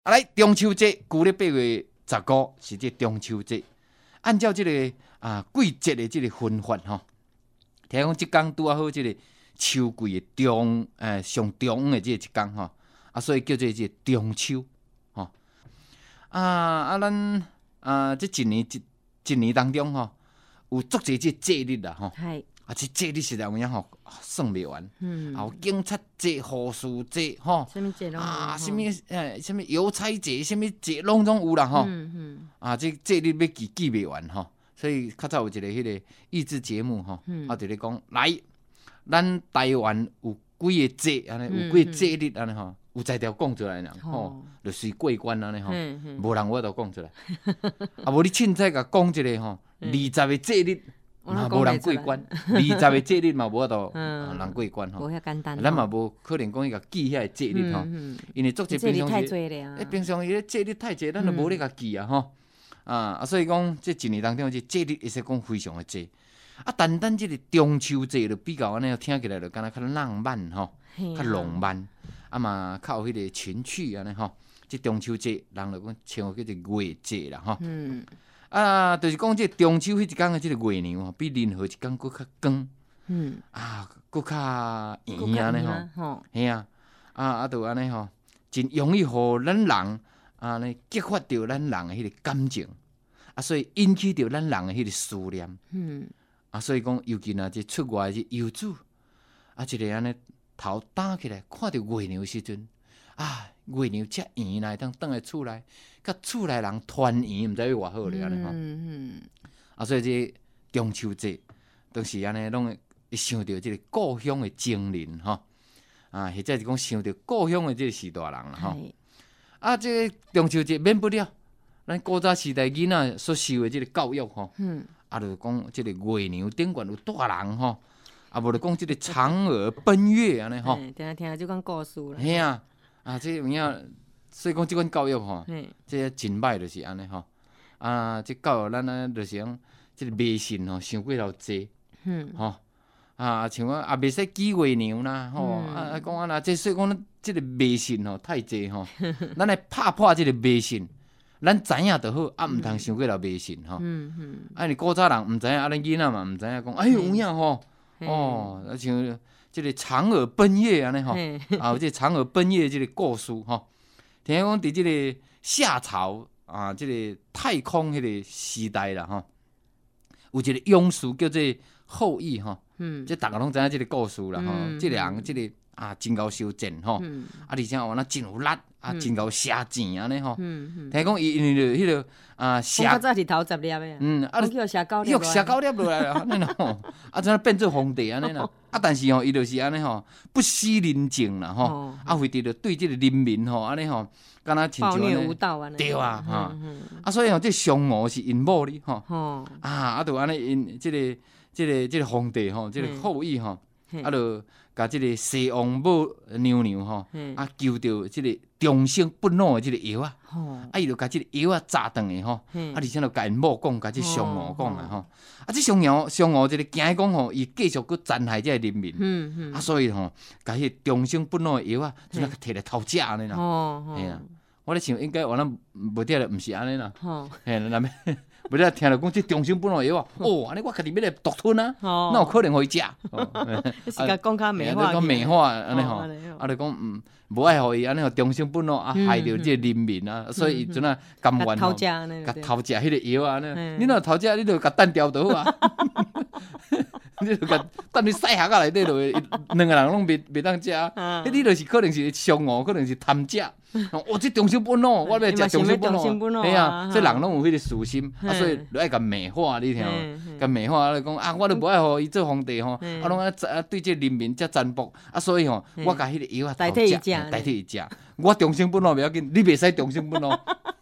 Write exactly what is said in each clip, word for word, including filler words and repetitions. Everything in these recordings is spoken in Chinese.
啊，来中秋节，旧历八月十五是这中秋节。按照这个啊季节的这个分法吼，听讲即天拄啊好这个秋季的中诶上中的这个一天吼，啊，所以叫做这个中秋吼。啊啊，咱啊这一年一一年当中吼，有足侪这节日啦吼。啊，这节日实在有影吼，算袂完。嗯，啊，有警察节、护士节，吼， 什么节拢有啊，什么诶，什么邮差节，什么节拢总有啦，吼。嗯嗯。啊，这节日要记记袂完吼，所以较早有一个迄个益智节目吼，啊，就咧讲来，咱台湾有几个节安尼，有几个节日安尼吼，有才调讲出来呢，吼，就随过关安尼吼，无人我都讲出来。啊，无你凊彩甲讲一个吼，二十个节日。嘛无人过关，二十个节日嘛无法度人过关吼。 无遐简单。 咱嘛无可能讲伊甲记遐个节日吼，因为做一平常太多了啊。 诶，平常伊个节日太济，咱就无咧甲记啊吼。啊啊，所以讲这一年当中，这节日会使讲非常的济。啊，单单这个中秋节就比较安尼，听起来就敢若较浪漫吼，较浪漫。啊嘛，较有迄个情趣安尼吼。这中秋节人就讲称叫做月节啦吼。嗯。啊，就是讲这中秋迄一天的这个月亮吼，比任何一天搁较光，嗯，啊，搁较圆安尼吼，嘿啊，啊啊，就安尼吼，真容易互咱人啊呢激发着咱人的迄个感情，啊，所以引起着咱人的迄个思念，嗯，啊，所以讲尤其若这出外这游子，啊，一个安尼头打起来，看到月亮的时阵，啊，月亮遮圆来，当倒来厝内。甲厝内人团圆，毋知要偌好咧安尼吼。嗯嗯。啊，所以这中秋节都是安尼，拢会想到这个故乡的情人吼。啊，或者是讲想到故乡的这个士大人啦吼。啊，这个中秋节免不了，咱古早时代囡仔所受的这个教育吼。嗯。啊，就讲这个月亮顶悬有大人吼，啊，无就讲这个嫦娥奔月安尼吼。 听听听就讲故事啦。 嘿啊，啊，这有影。所以讲，即款教育吼，这真歹就是安尼吼。啊，这教育咱啊，就是讲，这个迷信吼，伤过头济，嗯，吼啊，像讲也袂使记月亮啦，吼啊啊，讲啊那，这所以讲，咱这个迷信吼太济吼，咱来拍破这个迷信，咱知影就好，啊，毋通伤过头迷信吼。嗯嗯。啊，你古早人毋知影，啊，恁囡仔嘛毋知影，讲哎有影吼，哦，像这个嫦娥奔月安尼吼，啊，有这嫦娥奔月这个故事吼。听讲，伫即个夏朝啊，即、这个太空迄个时代啦，吼，有一个勇士叫做后羿吼，嗯，即大家拢知影即个故事啦，吼、嗯，即、这个人即、这个啊真够修剑吼，嗯、啊而且哦那真有力，啊真够射箭安尼吼，嗯嗯、听讲伊因为着迄个啊射， 较早是头十粒的，嗯，啊，叫射九粒， 叫射九粒落来啦，安尼啦吼，啊怎变做皇帝安尼啦。啊，但是吼，伊就是安尼吼，不惜人情啦吼，哦、啊，为着着对即个人民吼，安尼吼，敢若亲像安尼，对啊，哈、嗯嗯，啊，所以吼，这嫦娥是因某哩吼，哦、啊，啊，就安尼因即、這個即、這個即、這個皇帝吼，即、這個后羿吼，啊，就甲即个西王母娘娘吼，啊，求着即个长生不老的即个药啊，啊，伊就甲即个药啊炸断的吼，啊，而且就甲因某讲，甲即嫦娥讲啊吼，啊，即嫦娥嫦娥即个惊讲吼，伊继续去残害即个人民，嗯嗯，啊，所以吼，甲迄长生不老的药啊，就那摕来偷食安尼啦，嘿啊，我咧想应该我咱无得了，毋是安尼啦，嘿，那边。不是听了讲这长生不老药啊，哦，安尼我家己要来独吞啊，那有可能会食。 是甲讲较美化， 讲美化安尼吼，啊，就讲嗯，无爱互伊安尼吼长生不老啊，害着这人民啊，所以伊阵啊甘愿吼，甲偷食迄个药啊，你若偷食，你就甲单调就好啊。你就甲等你塞下个内底落，两个人拢袂袂当食，迄你就是可能是嫦娥，可能是贪食。哦，这长生不老，我要食长生不老，哎呀，这人拢有迄个私心，啊，所以就爱甲美化，你听，甲美化来讲啊，我都无爱互伊做皇帝吼，啊，拢爱对这人民遮占卜，啊，所以吼，我甲迄个药啊代替伊食， 代替伊食，我长生不老袂要紧，你袂使长生不老。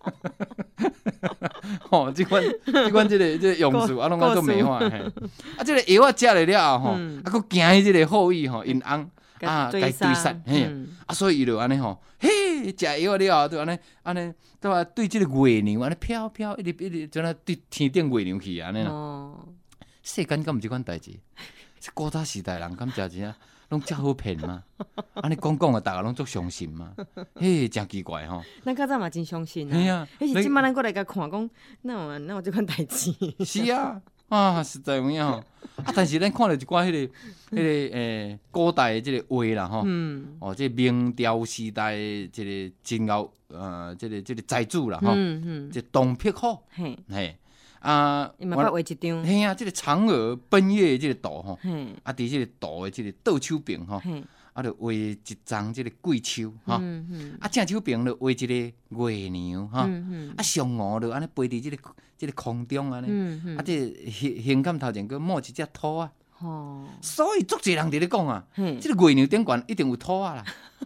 吼，即款即款即个即个用词啊，拢爱做美化。啊，即个药啊食了了后吼，啊，佫惊伊即个后羿吼，因翁啊，该对杀，嘿，啊，所以伊就安尼吼，嘿，食药了后，就安尼安尼，对啊，对即个月亮安尼飘飘，一直一直就那对天顶月亮去安尼啦。世间敢毋即款代志？古早时代人敢食真啊？ 拢遮好骗嘛？安尼讲讲啊，大家拢足相信嘛？嘿，真奇怪吼！ 咱较早嘛真相信啊。 嘿啊， 迄是即摆咱过来甲看讲，哪有哪有即款代志？ 是啊，啊，实在有影吼。啊，但是咱看到一寡迄、那个、迄、那个诶，古代的即个画啦吼。嗯。哦，即、這個、明朝时代的即个真贤呃，即、這个即、這个财主啦吼。嗯嗯。即董必虎。嘿。嘿。啊， 伊嘛捌画一张。 嘿啊，即、這個嫦娥奔月的即个图吼。嘿。啊，伫即个图的即个倒手边吼。嘿。啊，就画一张即个桂树吼。嗯嗯。啊，正手边就画一个月娘吼。嗯嗯。啊，嫦娥就安尼飞伫即个即个空中安尼。嗯嗯。啊，即形形感头前佫抹一只土啊。哦。所以足侪人伫咧讲啊，即个月娘顶悬一定有土啊啦。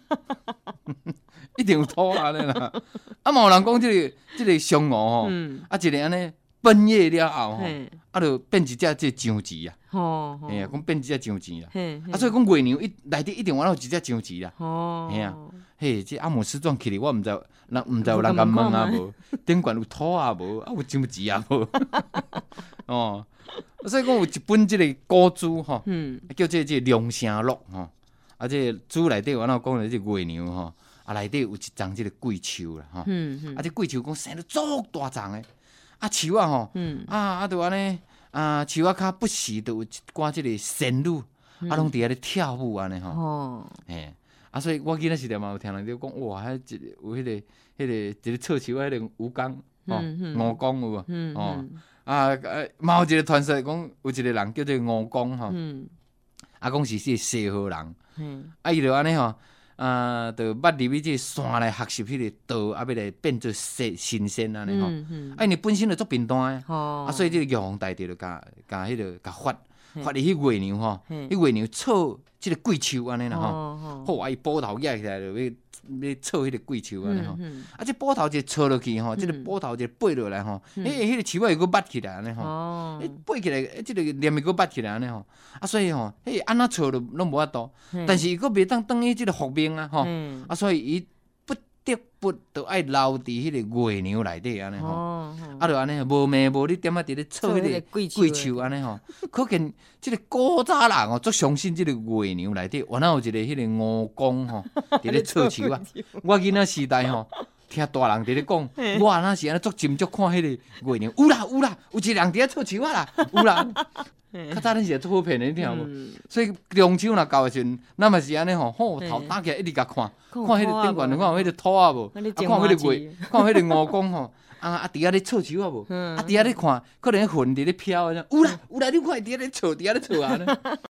一定有土啊咧啦。啊，嘛有人讲即个即个嫦娥吼，啊，一个安尼。奔月了后吼，啊，就变一只即个象棋啊，嘿啊，讲变一只象棋啦，啊，所以讲月娘一内底一定有一只象棋啦，嘿啊，嘿，这阿姆斯壮起哩，我毋知，人毋知有人敢问啊无？顶悬有土啊无？啊有象棋啊无？哦，所以讲有一本即个古书吼，叫做即个《良城录》吼，啊，这书内底我那讲的即个月娘吼，啊内底有一张即个桂树啦，吼，啊，这桂树讲生得足大丛的。啊，树啊吼，嗯、啊啊，就安尼啊，树啊较不时就有一寡即个仙女，嗯、啊，拢伫遐咧跳舞安尼吼。哦。嘿，啊，所以我记得时阵嘛有听人哋讲，哇，迄一有迄、那个、迄、那个一个错树，迄个吴刚，吼、哦，吴刚有无？嗯、哦，啊啊，嘛有一个传说讲，有一个人叫做吴刚吼，嗯、啊，讲是是西河人，嗯、啊，伊就安尼吼。啊，就捌入去即个山来学习迄个道，啊，要来变做神神仙安尼吼。啊，因为本身就足贫惰诶，啊，所以即个玉皇大帝就甲甲迄个甲发发伫迄月娘吼，迄月娘错即个桂树安尼啦吼。好啊，伊斧头举起来就要要错迄个桂树安尼吼。啊，即斧头一错落去吼，即个斧头一背落来吼，迄迄个树啊又搁拔起来安尼吼。迄背起来，即个念又搁拔起来安尼吼。啊，所以吼，迄安怎错都拢无法度，但是伊搁袂当当伊即个复命啊吼。啊，所以伊不得不都爱留伫迄个月娘内底安尼吼。啊，就安尼无眠无日点啊，伫咧错迄个桂树安尼吼。可见即个古早人哦，足相信即个月娘内底，原来有一个迄个吴刚吼，伫咧错树啊。我囡仔时代吼。听大人伫咧讲，我那是安尼足斟酌看迄个月娘，有啦有啦，有一个人伫咧错树啊啦，有啦。较早咱是足好骗的，你听无？嗯、所以中秋若到的时阵，咱嘛是安尼吼，吼头打起来一直甲看，看迄个顶悬，看有迄个土啊无，啊看迄个月，看迄个吴刚吼，啊啊伫遐咧错树啊无，啊伫遐咧看，可能魂伫咧飘啊，有啦有啦，你看伫遐咧错，伫遐咧错啊。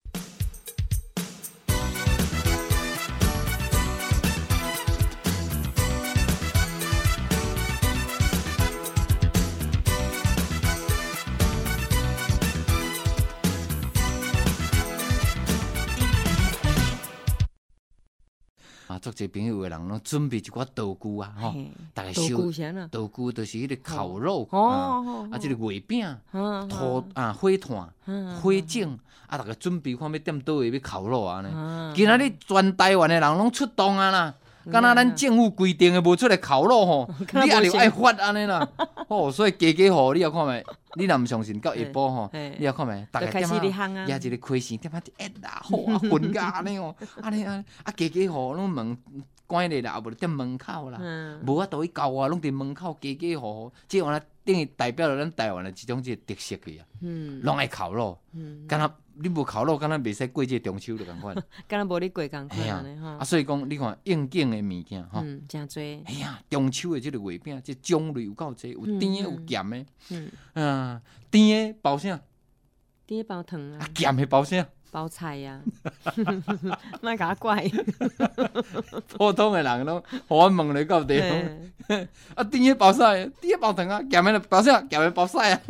啊，足侪朋友诶人拢准备一寡道具啊，吼，大家烧道具就是迄个烤肉，哦，啊，即个月饼，土啊火炭、火种，啊，大家准备看要踮倒位要烤肉啊呢。今仔日全台湾诶人拢出动啊啦，敢若咱政府规定诶无出来烤肉吼，你也着爱发安尼啦。吼，所以家家户你也看觅，你若毋相信，到下晡吼，你也看觅，大家点啊，也一个开心，点啊一啦，好啊，混甲安尼哦，安尼安尼，啊家家户拢问关咧啦，啊无踮门口啦，无法度去交啊，拢伫门口家家户户，即完啦等于代表了咱台湾诶一种即个特色去啊，拢爱烤肉，敢若你无烤肉，敢若袂使过即个中秋就共款， 敢若无你过共款安尼吼。 啊，所以讲你看应景诶物件吼， 嗯，真多。 哎呀，中秋诶即个月饼，即种类有够济，有甜诶有咸诶，嗯，啊，甜诶包啥？ 甜诶包糖啊。 啊，咸诶包啥？ 包菜呀，莫甲我怪。 普通诶人拢，互我问咧到底，啊，甜诶包啥？甜诶包糖啊，咸诶包啥？咸诶包菜啊。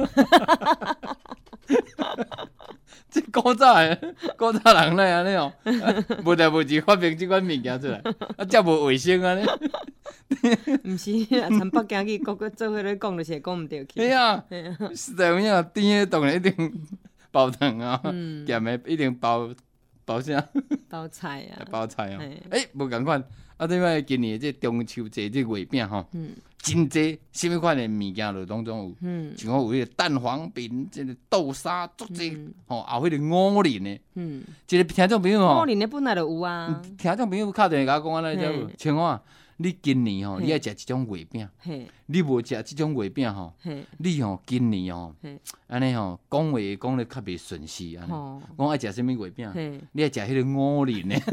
即古早诶，古早人咧安尼哦，无代无志发明即款物件出来，啊，遮无卫生安尼。 毋是，啊，从北京去各个做伙咧讲，就是讲毋对去。 对啊，实在有影，甜诶当然一定包糖啊，咸诶一定包包啥？ 包菜啊。 包菜啊，诶，无共款。啊，另外今年即中秋节即月饼吼， 真济什么款的物件就当中有， 嗯， 像讲有迄个蛋黄饼，即个豆沙，足济嗯吼，还有迄个五仁的， 嗯， 即个听众朋友吼， 五年的本来就有啊， 听众朋友敲电话甲我讲安尼才有， 嘿像我，你今年吼， 嘿你爱食即种月饼， 嘿， 你无食即种月饼吼， 嘿， 你吼今年吼嘿， 安尼吼讲话讲得较袂顺势安尼， 吼， 讲爱食什物月饼， 嘿， 你爱食迄个五仁的。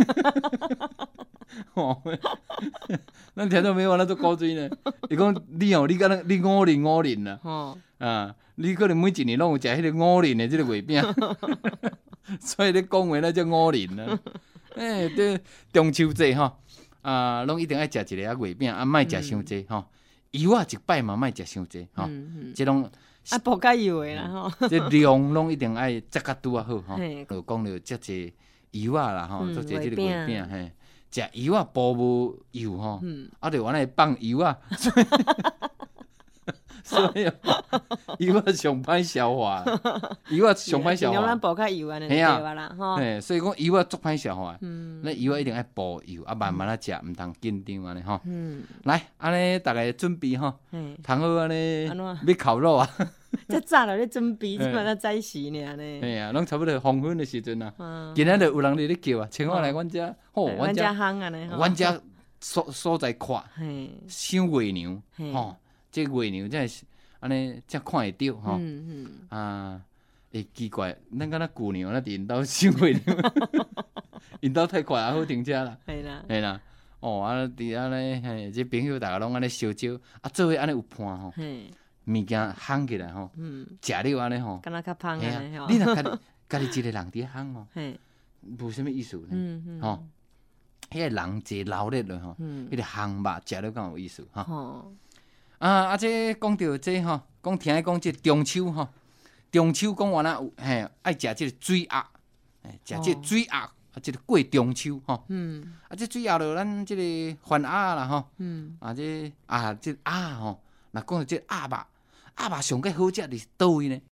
吼，咱听到没有？咱做古锥呢。伊讲你吼，你敢若你五仁五仁啦， 吼， 啊，你可能每一年拢有食迄个五仁的即个月饼，所以你讲话那叫五仁啦。诶，对，中秋节吼，啊，拢一定爱食一个啊月饼，啊，莫食伤济吼。油啊一摆嘛，莫食伤济吼。即种啊，补加油的啦吼。 即量拢一定爱食较拄啊好吼。 嘿就讲到遮济油啊啦吼， 嗯做者即个月饼月饼嘿。食油啊，补无油吼， 嗯啊，就原来放油啊，所以油啊上歹消化，油啊上歹消尽量咱化， 补加油安尼就对嘿啊啊啦吼。 嘿，所以讲油啊足歹消化， 嗯那油啊一定爱补油，啊慢慢啊食，毋通紧张安尼吼。 嗯， 来，安尼逐个准备吼， 嘿， 通好安尼安怎要烤肉啊， 遮早了咧准备，即摆才早时呢呢。 嘿啊，拢差不多黄昏的时阵啊， 嗯， 今仔日有人伫咧叫啊，请我来阮遮，吼， 嘿阮遮阮遮， 夯安尼吼。 阮遮所所在看。 嘿， 赏月娘， 嘿吼、这月娘真是安尼才看会着吼、 嗯嗯， 啊，会奇怪，咱敢若旧娘咧伫因兜赏月娘，因兜太快啊，好停车啦， 系啦， 嘿啦，哦，啊，伫安尼，嘿，这朋友逐个拢安尼烧酒，啊，做伙安尼有伴吼， 嘿， 物件烘起来吼， 嗯， 食了安尼吼， 敢若较芳嘿安尼吼，。 啊你若家己家己一个人伫烘吼， 嘿， 无啥物意思呢， 嗯嗯， 吼、迄个人坐劳力了吼， 嗯迄个烘肉食了敢有意思吼。 吼， 啊啊！这讲到这吼，讲听伊讲这中秋吼，中秋讲完啊，嘿，爱食这个水鸭，嘿，食这个水鸭，啊，这个过中秋吼， 嗯啊，这水鸭就咱这个番鸭啦吼， 嗯， 啊这啊这鸭吼，若讲到这鸭肉，鸭肉上计好食伫倒位呢？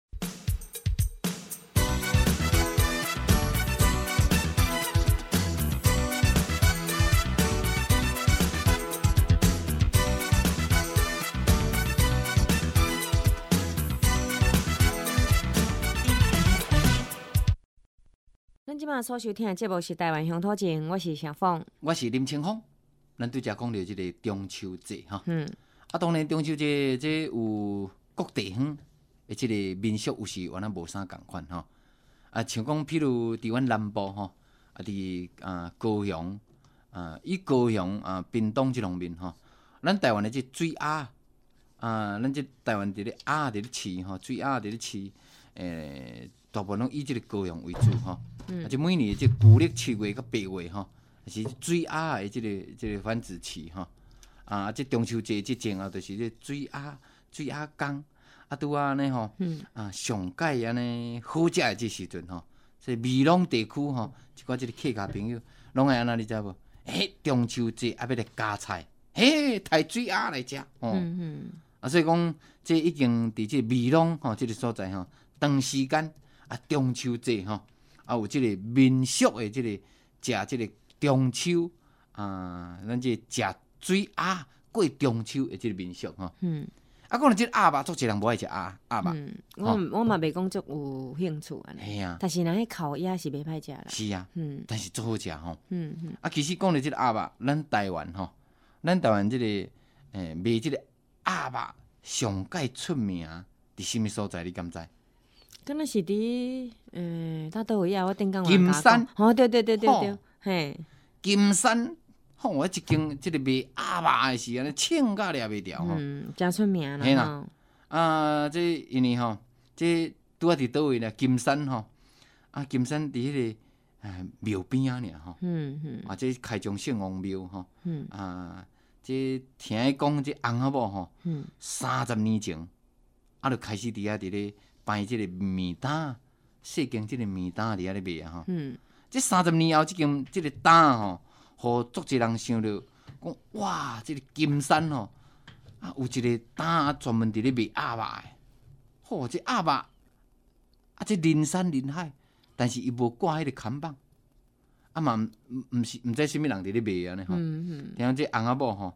咱即马所收听的节目是台湾乡土情，我是小凤。 我是林清风，咱对遮讲到这个中秋节吼， 嗯啊，当然中秋节这有各地方的这个民俗有时原来无啥共款吼。啊，像讲，譬如伫阮南部吼，啊，伫啊高雄啊，以高雄啊、屏东即方面吼，咱台湾的这水鸭啊，咱这台湾伫咧鸭伫咧饲吼，水鸭伫咧饲，诶、大部分拢以即个高雄为主吼。 嗯啊，即每年即旧历七月到八月吼，是水鸭的即、个即、个繁殖期吼。啊，即中秋节即前后，就是即水鸭水鸭缸。啊，拄啊安尼吼， 嗯啊上届安尼好食的即时阵吼，所以美浓地区吼，一寡即个客家朋友拢会安那，你知无？嘿，中秋节啊要来加菜，嘿，抬水鸭来食，哦， 嗯嗯， 啊，所以讲这已经伫即美浓吼，即、个所在吼，长时间啊中秋节吼，啊有即个民俗的即、个食即个中秋啊，咱即食水鸭过中秋的即个民俗吼。 嗯啊，讲到即鸭肉，足侪人无爱食鸭鸭肉， 嗯，我我嘛袂讲足有兴趣安尼， 嘿啊， 但是若迄烤鸭是袂歹食啦。 是啊， 嗯但是足好食吼。 嗯嗯， 啊，其实讲到即个鸭肉，咱台湾吼，咱台湾即、个诶卖即个鸭肉上界出名伫什物所在？你敢知？ 敢若是伫诶，到倒位啊？我顶讲金山。 哦，对对对对对吼， 嘿， 金山吼，我一间即个卖鸭肉的是安尼，称甲掠袂掉吼。 嗯，真出名嘿啦啦吼。 啊，这因为吼，这拄啊伫倒位呢？金山吼，啊，金山伫迄、个诶庙边仔尔吼， 嗯嗯啊，这开宗圣王庙吼， 嗯啊，这听伊讲这翁仔某吼， 嗯三十年前啊，就开始伫遐伫咧摆即个面摊，细间即个面摊伫遐咧卖啊吼。 嗯这三十年后，即间即个摊吼，互足侪人想着讲，哇，即、个金山吼，啊，有一个摊啊，专门伫咧卖鸭肉的。吼、这鸭肉啊，这人山人海，但是伊无挂迄个看板，啊嘛毋毋是毋知啥物人伫咧卖安尼吼。 嗯嗯听讲这翁仔某吼，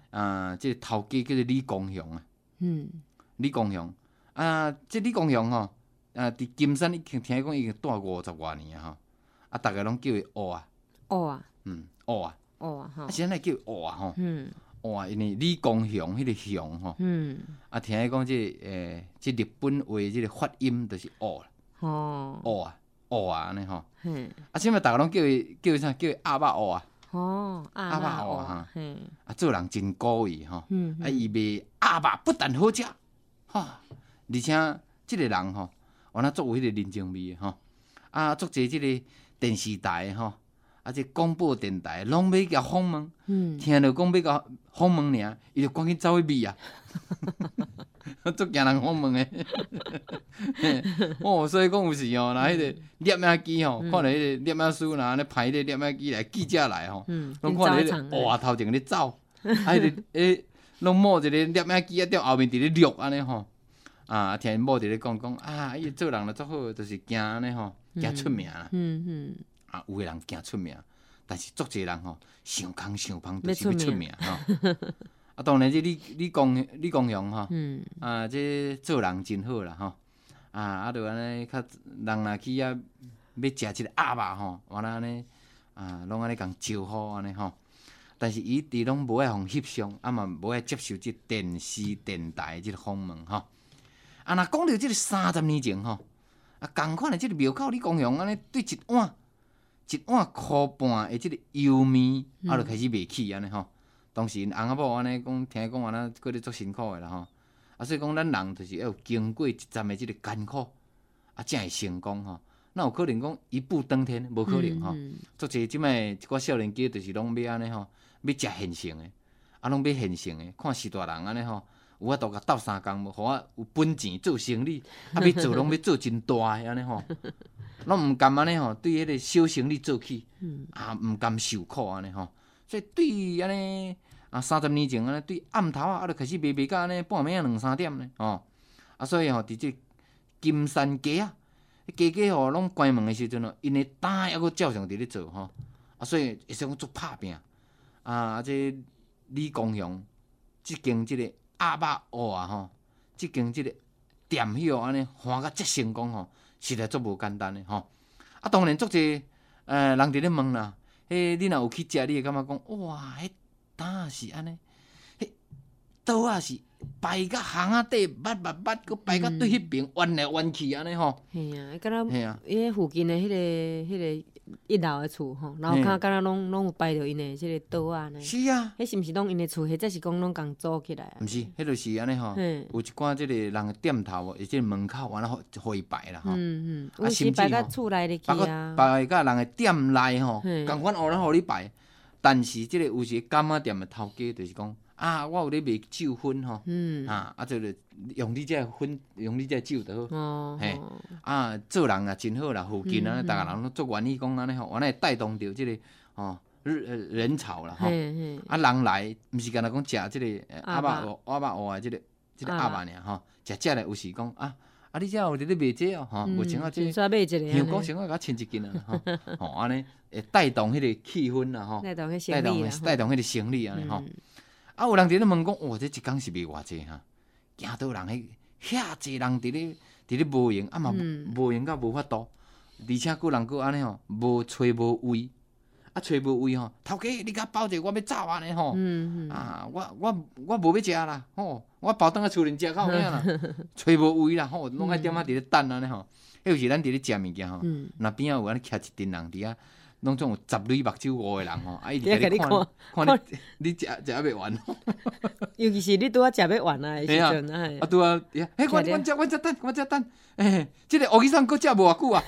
啊，即、這個頭家叫做李光雄啊， 嗯， 李光雄啊，即、這個、李光雄吼，啊，伫金山已經聽講已經住五十外年啊吼，啊，逐個攏叫伊烏啊， 烏啊， 嗯，烏啊， 烏啊，吼啊，現在叫烏啊吼， 嗯， 烏啊，因為李光雄迄個雄吼， 嗯， 啊，聽伊講即個誒，即、這個、日本話即個發音就是烏啦， 哦， 烏啊，烏啊安尼吼， 嘿， 啊，現在逐個攏叫伊叫伊啥？叫伊鴨肉烏啊。 哦，鴨肉烏啊，嘿， 啊，做人真古味吼， 嗯， 啊，伊賣鴨肉不但好食，吼，而且即個人吼，原來足有迄個人情味吼，啊，足濟即個電視台吼，啊，即廣播電台攏要甲訪問， 嗯， 聽到講要甲訪問爾，伊就趕緊走去味啊，足驚人訪問誒，哦，所以講有時吼，若迄個攝影機吼，看到迄個攝影師若安尼派迄個攝影機來記者來吼，攏看到迄個哇頭前咧走，啊，迄個誒，攏摸一個攝影機啊，踮後面佇咧錄安尼吼，啊，聽因某佇咧講講啊，伊做人就足好，就是驚安尼吼，驚出名啦， 嗯嗯， 啊，有個人驚出名，但是足濟人吼，想空想芳，就是要出名吼。啊，當然，即李李光李光雄吼， 嗯， 啊，即做人真好啦吼，啊，啊，著安尼較人若去啊，要食即個鴨肉吼，完了安尼啊，攏安尼共招呼安尼吼。但是伊佇攏無愛互翕相，啊嘛無愛接受即電視電台即個訪問吼。啊，若講到即個三十年前吼，啊，共款的即個廟口李光雄安尼對一碗一碗箍半的即個油麵，啊，就開始賣起安尼吼。當時因翁仔某安尼講，聽講安尼過得足辛苦的啦吼，啊，所以講咱人就是要有經過一陣的即個艱苦，啊，才會成功吼。那有可能講一步登天，無可能吼。足濟即擺一寡少年家就是攏要安尼吼，要食現成的，啊，攏要現成的。看是大人安尼吼，有法度甲鬥相共無，互我有本錢做生意，啊，要做攏要做真大的安尼吼，攏毋甘安尼吼，對迄個小生意做起，啊，毋甘受苦安尼吼。所以對安尼。啊，三十年前安尼，對暗頭啊，啊，就開始賣賣到安尼半暝啊兩三點呢，哦，啊，所以吼，伫即金山街啊，家家吼攏關門的時陣哦，因的膽猶閣照常佇咧做吼，啊，所以會使講足拍拼，啊，啊，即李光雄，即間即個鴨肉蚵啊吼，即間即個店曉安尼換甲遮成功吼，實在足無簡單的吼，啊，當然足濟誒人佇咧問啦，迄你若有去食，你會感覺講哇，迄膽是安尼，迄刀啊是擺甲巷仔底，捌捌捌，佫擺甲對迄邊彎來彎去安尼吼。 係啊，敢若係啊， 伊迄附近的迄個迄個一樓的厝吼，然後看敢若攏攏有擺着因的即個刀啊呢。 是啊， 迄是毋是攏因的厝，或者是講攏共組起來啊？ 毋是，迄就是安尼吼。有一寡即個人的店頭，或者門口，完了互伊擺啦吼。 嗯嗯，有時擺甲厝內裡去啊。 擺甲人的店內吼，共款學人互你擺。但是即個有時柑仔店的頭家就是講啊，我有咧賣酒薰吼，嗯、啊啊就是用你這薰，用你這酒就好， 哦， 嘿，啊做人也真好啦，附近啊，逐、嗯、個人都足願意講安尼吼，安尼帶動着即、這個哦人人潮啦吼，啊人來毋是干那講食即個鴨肉鵝鴨肉鵝啊，即個即個鴨肉爾吼，食食咧有時講啊。啊！你遮有佇咧賣這哦，吼，無像我這香菇香菇甲親一斤啊，吼，吼安尼會帶動迄個氣氛啦，吼， 帶動迄帶動帶動迄個生理安尼吼。啊，有人佇咧問講，哇，這一工是賣偌濟哈？驚到人迄遐濟人佇咧佇咧無閒，啊嘛無閒甲無法度，而且個人個安尼吼，無找無位，啊找無位吼，頭家你甲包者，我要走安尼吼，啊，我我我無要食啦，吼。我包當個厝裡食較有影啦，找無位啦，吼，攏愛點仔佇咧等安尼吼。迄有時咱佇咧食物件吼，若邊仔有安尼徛一陣人佇遐，攏總有十裡目睭烏個人吼，啊伊直甲你看，看你你食食啊袂完。 尤其是你拄仔食要完啊的時陣啊， 啊拄仔，嘿，我我食我食等，我食等，誒，即個烏雞桑閣食無偌久啊。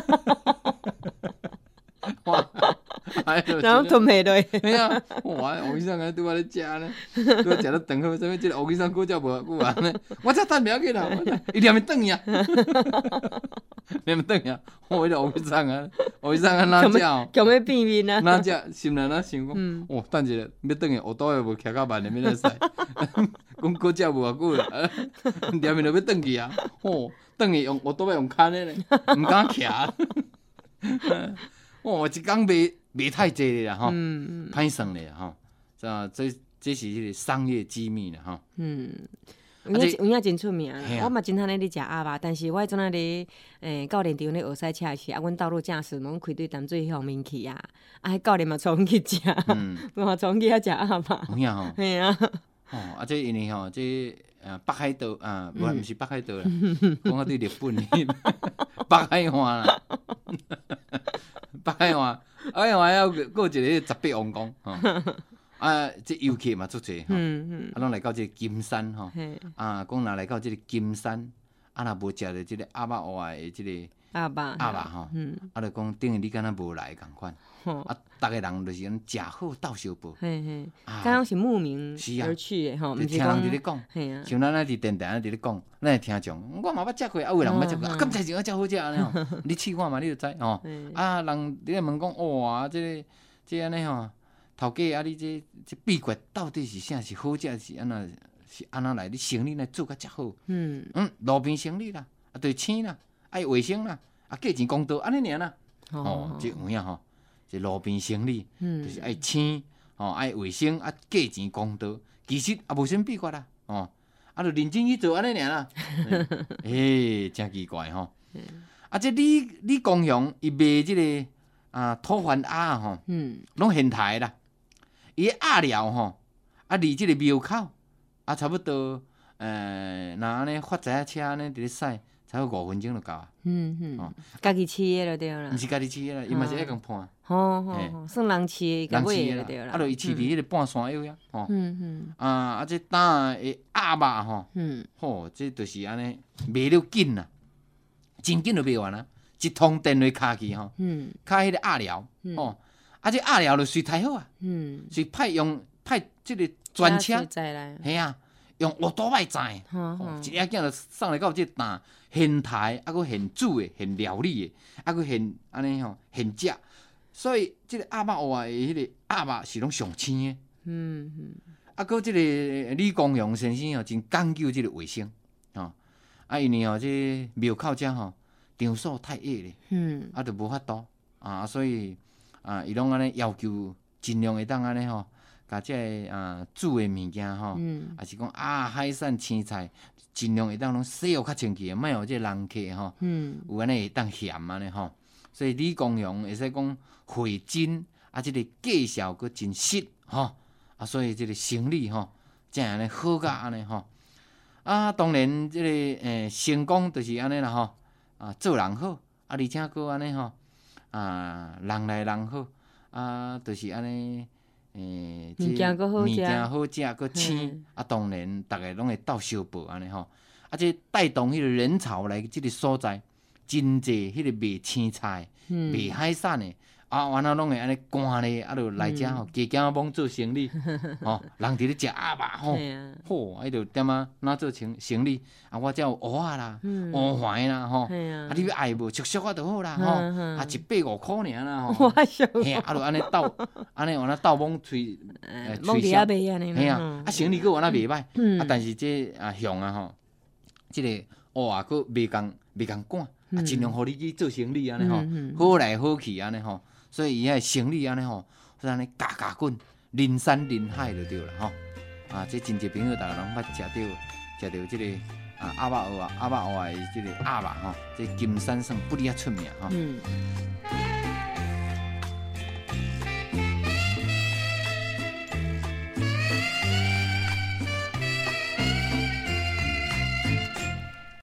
然後吞下落。 係啊，哇！烏雞桑啊，拄仔咧食咧，拄仔食得長好，啥物？即個烏雞桑閣食無偌久啊咧，我食等袂要緊啦，伊連咪等伊啊，連咪等伊啊，我迄個烏雞桑啊，烏雞桑啊哪食哦？ 強要變面啊！ 哪食心內哪想講，哦，等一下要等伊，學倒又無徛較慢的，要哪使？講閣食無偌久啦，連咪就要等去啊，哦，等伊用學倒要用牽的咧，毋敢徛。哦，一工賣賣太濟咧啦吼，歹算咧吼，啊，這这是迄个商业机密啦吼。 嗯。有影有影真出名啦， 啊、 我嘛真通咧咧食鸭肉，但是我迄阵仔咧诶教练场咧学赛车时，啊，阮道路驾驶拢开对淡水方面去啊，啊，迄教练嘛带阮去食，嗯，嘛带阮去遐食鸭肉。 有影吼， 嘿啊， 哦，啊，这因为吼，这呃北海道啊，无毋是北海道啦，讲啊对日本的北海岸啦，北海岸，北海岸还有个有一个十八王宫吼。啊，这游客嘛足侪吼，嗯嗯、啊，拢来到这个金山吼，啊，讲若来到这个金山，啊，若无食着这个鸭肉蚵的这个鸭肉鸭肉吼，嗯、啊，就讲等于你敢若无来共款，啊，逐个人就是安食好斗相报， 嘿嘿，敢若是慕名而去的吼， 毋是听人伫咧讲，像咱咧伫电台咧伫咧讲，咱会听众，我嘛捌食过，啊，有人捌食过，啊，咁才是真好食安尼吼，你试看嘛，你就知吼，啊，人伫咧问讲，哇，这个这安尼吼。头家啊，你这这秘诀到底是啥？是好食是安那？是安那来？你生理来做甲遮好？嗯嗯，路边生理啦，啊对青啦，爱卫生啦，啊价钱公道安尼尔啦。哦，这有影吼，这路边生理，嗯，就是爱青，哦爱卫生啊价钱公道，其实啊无啥秘诀啦，哦，啊就认真去做安尼尔啦。诶，真奇怪吼。啊，这李李光祥伊卖这个啊土番鸭吼，嗯，拢现台啦。伊鸭寮吼，啊，离即个庙口啊，差不多，呃，若安尼发财车安尼伫咧驶，差不多五分钟就到啊。嗯嗯，哦， 家己饲的就对啦。 毋是家己饲的啦，伊嘛是爱共判。 好好好，算人饲的，人饲的就对啦。 啊，就伊饲伫迄个半山腰呀，吼。嗯嗯。啊啊，这打的鸭肉吼，嗯，吼，这就是安尼卖了紧啦，真紧就卖完啦，一通电话卡去吼，嗯，卡迄个鸭寮，哦。啊！这鸭寮就随太好啊，嗯，随派用派这个专车，系啊，用乌多摆载，哦，一个囝就送来到这担现台，啊，佮现煮的、现料理的，啊，佮现安尼吼现食，所以这个鸭肉蚵的迄个鸭肉是拢上青的，嗯嗯，啊，佮这个李光荣先生吼真讲究这个卫生，吼，啊，因为吼这庙口遮吼场所太矮咧，嗯，啊，就无法度啊，所以。啊，伊拢安尼要求，尽量会当安尼吼，甲这个啊煮的物件吼，嗯，也是讲啊海产青菜，尽量会当拢洗好较清气，莫互这人客吼，嗯，有安尼会当嫌安尼吼。所以李光荣会使讲会真，啊，这个介绍佫真实吼，啊，所以这个生理吼，才安尼好甲安尼吼。啊，当然这个诶、呃、成功就是安尼啦吼，啊做人好，啊而且佫安尼吼。啊，人来人好，啊，就是安尼，诶， 物件佫好食， 物件好食佫青，啊，当然，逐个拢会斗相报安尼吼，啊，这带动迄个人潮来即个所在，真济迄个卖青菜、卖海产的，啊，完了拢会安尼赶咧，啊，就来遮吼，加减帮做生意，吼，人伫咧食鸭肉吼，吼，啊，就点啊，哪做生生意，啊，我遮有蚵仔啦，蚵环啦，吼，啊，你要爱无，熟熟啊就好啦，吼，啊，一百五箍尔啦，吼，嘿啊，就安尼斗，安尼往那斗蒙吹， 吹簫，嘿啊，啊，生意佫往那袂歹，啊，但是这啊向啊吼，即个蚵仔佫袂共袂共赶，啊，尽量互你去做生意安尼吼，好来好去安尼吼。所以伊遐生理安尼吼，说安尼嘎嘎滚，人山人海就对了吼。啊，这真济朋友逐个拢捌食到，食到即、这个啊鸭肉蚵啊，鸭肉蚵的即个鸭肉吼，这金山算不离啊出名吼。嗯